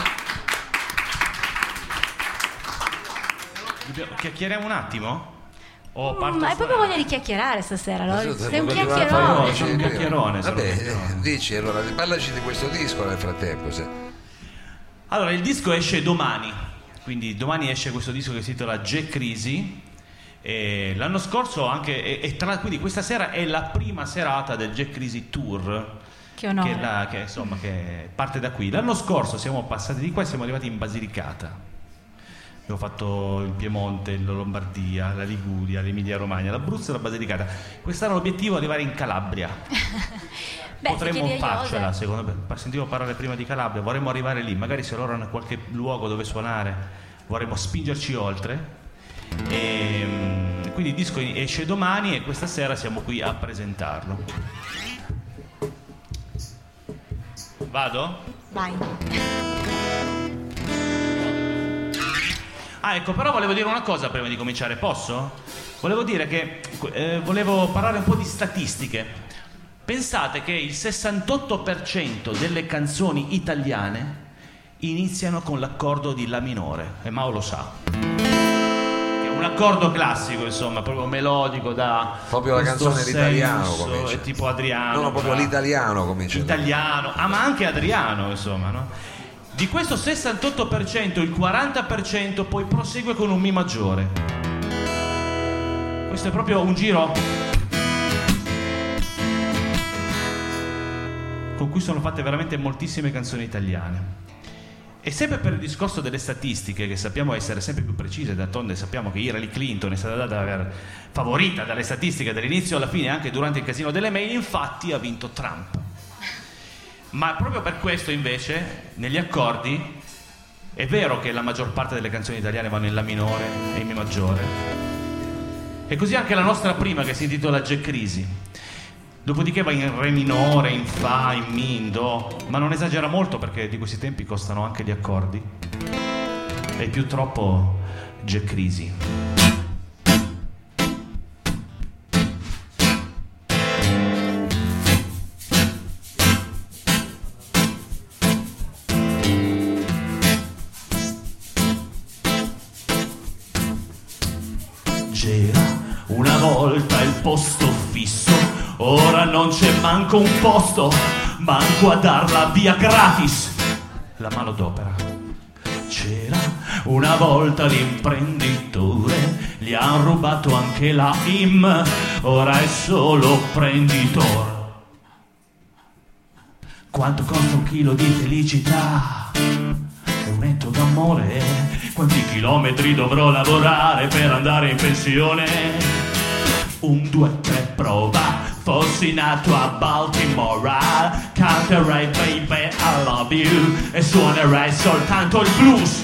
Chiacchieriamo un attimo? Ma hai proprio voglia di chiacchierare stasera, Loris? Sei un chiacchierone. Sono un chiacchierone. Vabbè, dici, allora parlaci di questo disco nel frattempo. Allora, il disco esce domani, quindi domani esce questo disco che si intitola C'è crisi. E l'anno scorso anche, quindi questa sera è la prima serata del C'è crisi Tour. Che onore. Che parte da qui. L'anno scorso siamo passati di qua e siamo arrivati in Basilicata. Abbiamo fatto il Piemonte, la Lombardia, la Liguria, l'Emilia Romagna, l'Abruzzo e la Basilicata. Quest'anno l'obiettivo è arrivare in Calabria. potremmo farcela, secondo me. Sentivo parlare prima di Calabria, vorremmo arrivare lì, magari se loro hanno qualche luogo dove suonare, vorremmo spingerci oltre. E quindi il disco esce domani e questa sera siamo qui a presentarlo. Vado? Vai. Ecco, però volevo dire una cosa prima di cominciare, posso? Volevo dire che volevo parlare un po' di statistiche. Pensate che il 68% delle canzoni italiane iniziano con l'accordo di La minore, e Mao lo sa. Che è un accordo classico, insomma, proprio melodico da... Proprio la canzone l'italiano comincia. È tipo Adriano. No, proprio l'italiano comincia. Italiano, ma anche Adriano, insomma, no? Di questo 68%, il 40% poi prosegue con un Mi maggiore. Questo è proprio un giro con cui sono fatte veramente moltissime canzoni italiane. E sempre per il discorso delle statistiche, che sappiamo essere sempre più precise, d'altronde sappiamo che Hillary Clinton è stata data favorita dalle statistiche dall'inizio alla fine, anche durante il casino delle mail, infatti ha vinto Trump. Ma proprio per questo invece negli accordi è vero che la maggior parte delle canzoni italiane vanno in La minore e in Mi maggiore, e così anche la nostra prima, che si intitola C'è crisi, dopodiché va in Re minore, in Fa, in Mi, in Do, ma non esagera molto perché di questi tempi costano anche gli accordi, e più troppo C'è crisi. Una volta il posto fisso, ora non c'è manco un posto, manco a darla via gratis la manodopera. C'era una volta l'imprenditore, gli han rubato anche la IM, ora è solo prenditore. Quanto costa un chilo di felicità? È un etto d'amore? Quanti chilometri dovrò lavorare per andare in pensione? 1, 2, 3, prova. Fossi nato a Baltimore, canterai baby I love you e suonerai soltanto il blues.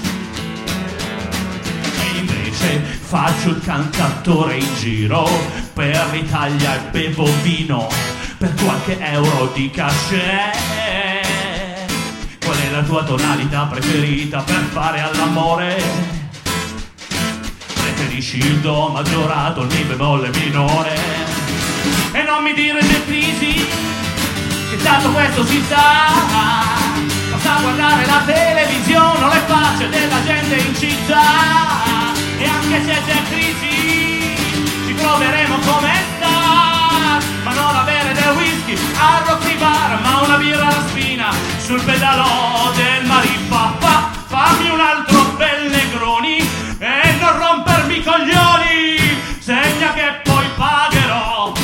E invece faccio il cantautore in giro per l'Italia e bevo vino per qualche euro di cachet. Qual è la tua tonalità preferita per fare all'amore? Preferisci il Do maggiorato, il Mi bemolle minore? E non mi dire c'è crisi, che tanto questo si sa. Basta guardare la televisione o le facce della gente in città. E anche se c'è crisi, ci troveremo come sta. Ma non avere del whisky al Roxy Bar, ma una birra alla spina sul pedalò del Mariffa. Fammi un altro bel Negroni e non rompermi i coglioni, segna che poi pagherò.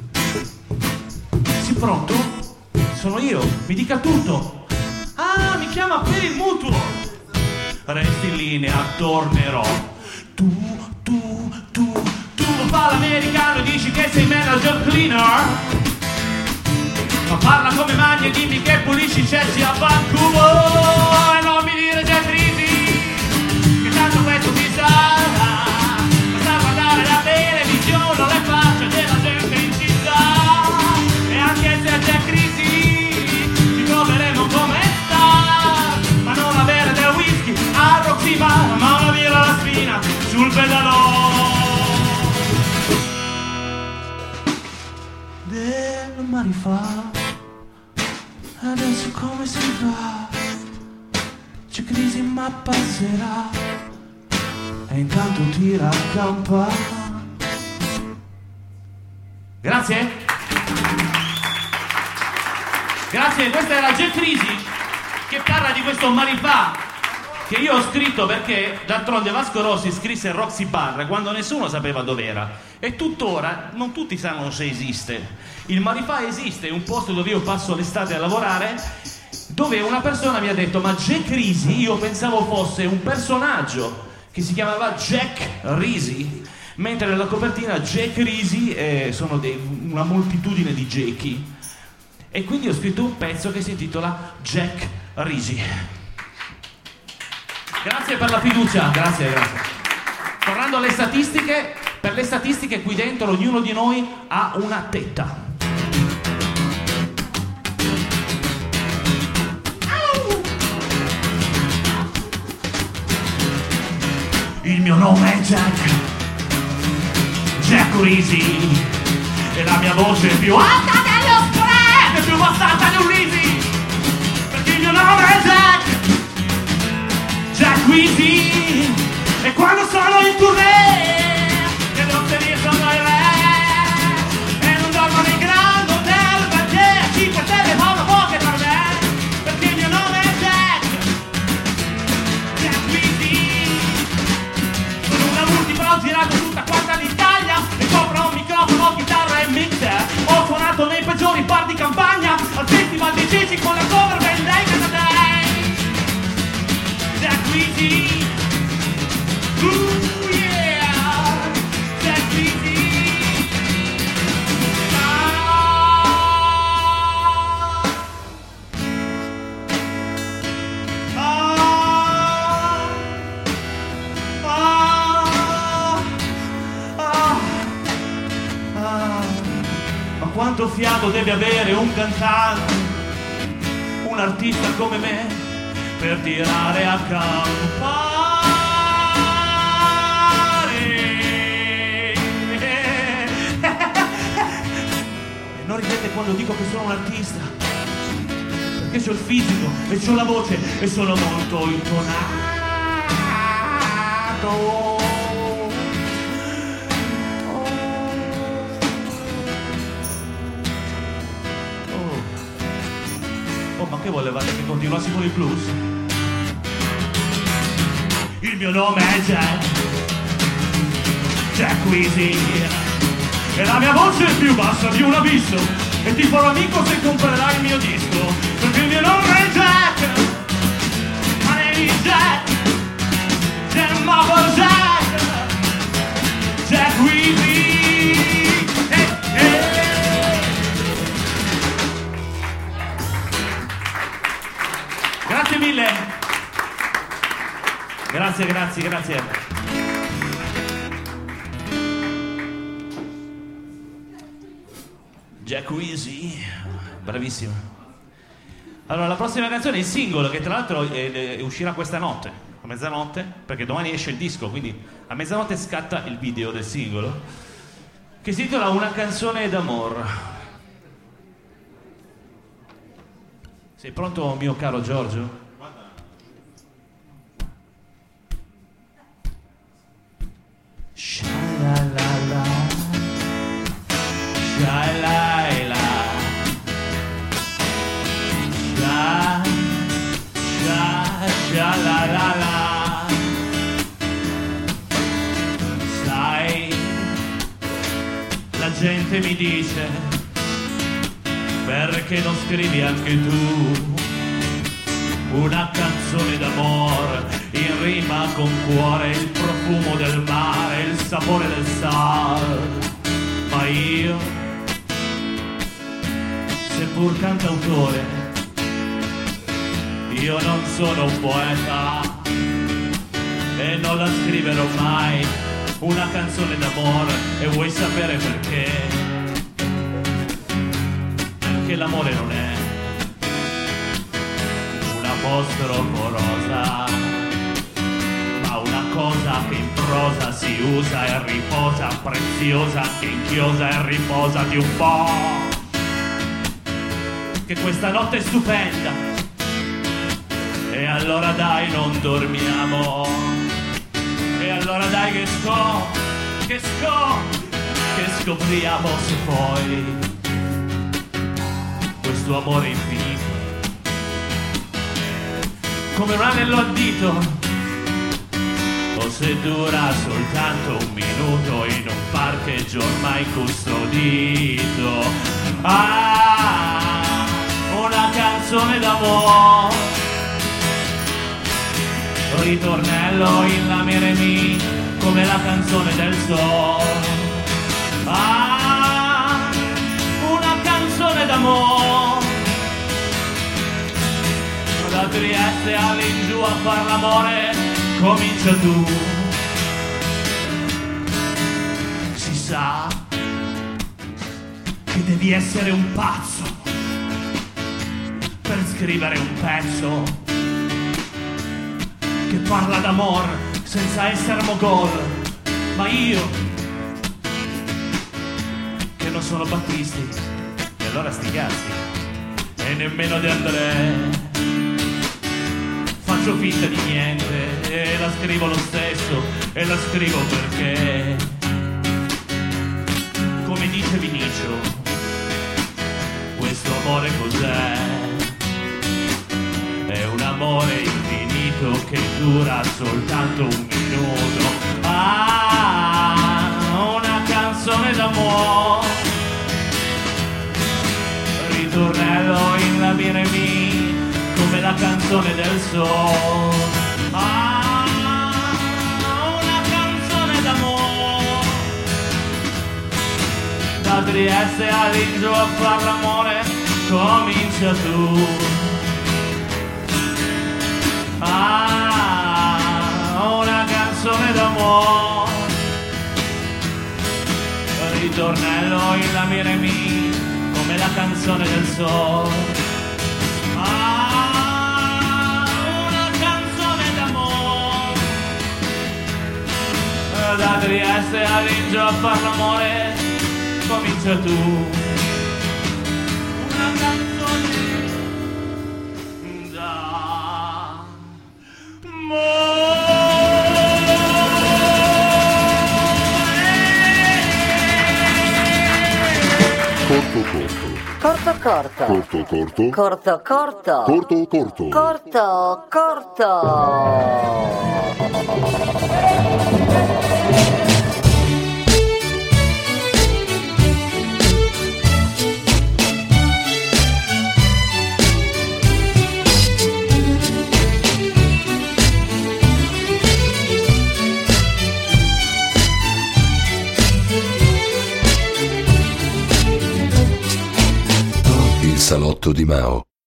Sei pronto? Sono io, mi dica tutto. Ah, mi chiama per il mutuo. Resti in linea, tornerò. Tu fa l'americano e dici che sei manager cleaner, ma parla come Magni e dimmi che pulisci i cessi a Vancouver. E non mi dire c'è crisi, che tanto questo si sa. Basta guardare la televisione o le facce della gente in città. E anche se c'è crisi, ci troveremo come sta. Ma non avere del whisky a Roxy Bar, ma una birra alla spina sul pedalò del Marifà. Adesso come si fa? C'è crisi ma passerà, e intanto tira a campa. Grazie. Grazie, questa era C'è crisi, che parla di questo Marifà che io ho scritto perché d'altronde Vasco Rossi scrisse Roxy Bar quando nessuno sapeva dov'era, e tuttora non tutti sanno se esiste. Il Marifà esiste, è un posto dove io passo l'estate a lavorare, dove una persona mi ha detto: ma C'è crisi? Io pensavo fosse un personaggio che si chiamava Jack Risi, mentre nella copertina C'è crisi sono una moltitudine di Jackie. e quindi ho scritto un pezzo che si intitola Jack Risi. Grazie per la fiducia, grazie. Tornando alle statistiche, per le statistiche qui dentro ognuno di noi ha una tetta. Il mio nome è Jack Risi, e la mia voce è più alta dello spread, è più passata di un Risi, perché il mio nome è Jack Risi, e quando sono in tournée le lotterie sono i re, e non dormo nei grand hotel perché a 5 stelle fanno poche per me, perché il mio nome è Jack Risi. Sono una multipla, ho girato tutta quanta l'Italia e copro un microfono, chitarra e mixer. Ho suonato nei peggiori bar di campagna, al festival di Gigi con la cover del Day Canada. Jack Risi. Ooh yeah, Jack Risi. Ma quanto fiato deve avere un cantante, un artista come me, per tirare a campare. E non ridete quando dico che sono un artista, perché c'ho il fisico e c'ho la voce e sono molto intonato. Ma che volevate che continuassi con il blues? Il mio nome è Jack Risi, e la mia voce è più bassa di un abisso, e ti farò amico se comprerai il mio disco, perché il mio nome è Jack, my name is Jack Risi. Grazie mille. Grazie. Jack Risi, bravissimo. Allora, la prossima canzone è il singolo, che tra l'altro uscirà questa notte, a mezzanotte, perché domani esce il disco, quindi a mezzanotte scatta il video del singolo, che si intitola Una canzone d'amor. Sei pronto, mio caro Giorgio? Sha-la-la-la, sha-la-la, sha-la-la-la. Sai, la gente mi dice, perché non scrivi anche tu una canzone d'amore in rima con cuore, il profumo del mare, il sapore del sal? Ma io, seppur cantautore, io non sono un poeta e non la scriverò mai una canzone d'amore. E vuoi sapere perché? Che l'amore non è un apostrofo rosa, ma una cosa che in prosa si usa e riposa, preziosa che inchiosa e riposa di un po'. Che questa notte è stupenda, e allora dai non dormiamo, e allora dai che scopriamo se poi questo amore infinito, come un anello al dito, o se dura soltanto un minuto in un parcheggio ormai custodito. Ah, una canzone d'amore, ritornello in la mi re mi, come la canzone del sol. Ah, una canzone d'amore, Da Trieste all'ingiù a far l'amore, comincia tu. Si sa che devi essere un pazzo per scrivere un pezzo che parla d'amor senza essere mogol. Ma io, che non sono Battisti, e allora sti cazzi, e nemmeno De André, faccio finta di niente e la scrivo lo stesso, e la scrivo perché, come dice Vinicio, questo amore cos'è? È un amore infinito che dura soltanto un minuto. Ah, una canzone d'amore, ritornello in la mia mi, come la canzone del sole. Ah, una canzone d'amore, da Trieste all'ingiù a far l'amore, comincia tu. Ah, una canzone d'amore, ritornello in la mia mi, come la canzone del sole. Ah, una canzone d'amore, da Trieste all'ingiù a far l'amore, comincia tu. Una canzone Corto corto. Corto corto. Corto corto. Corto corto. Corto corto. Il salotto di Mao.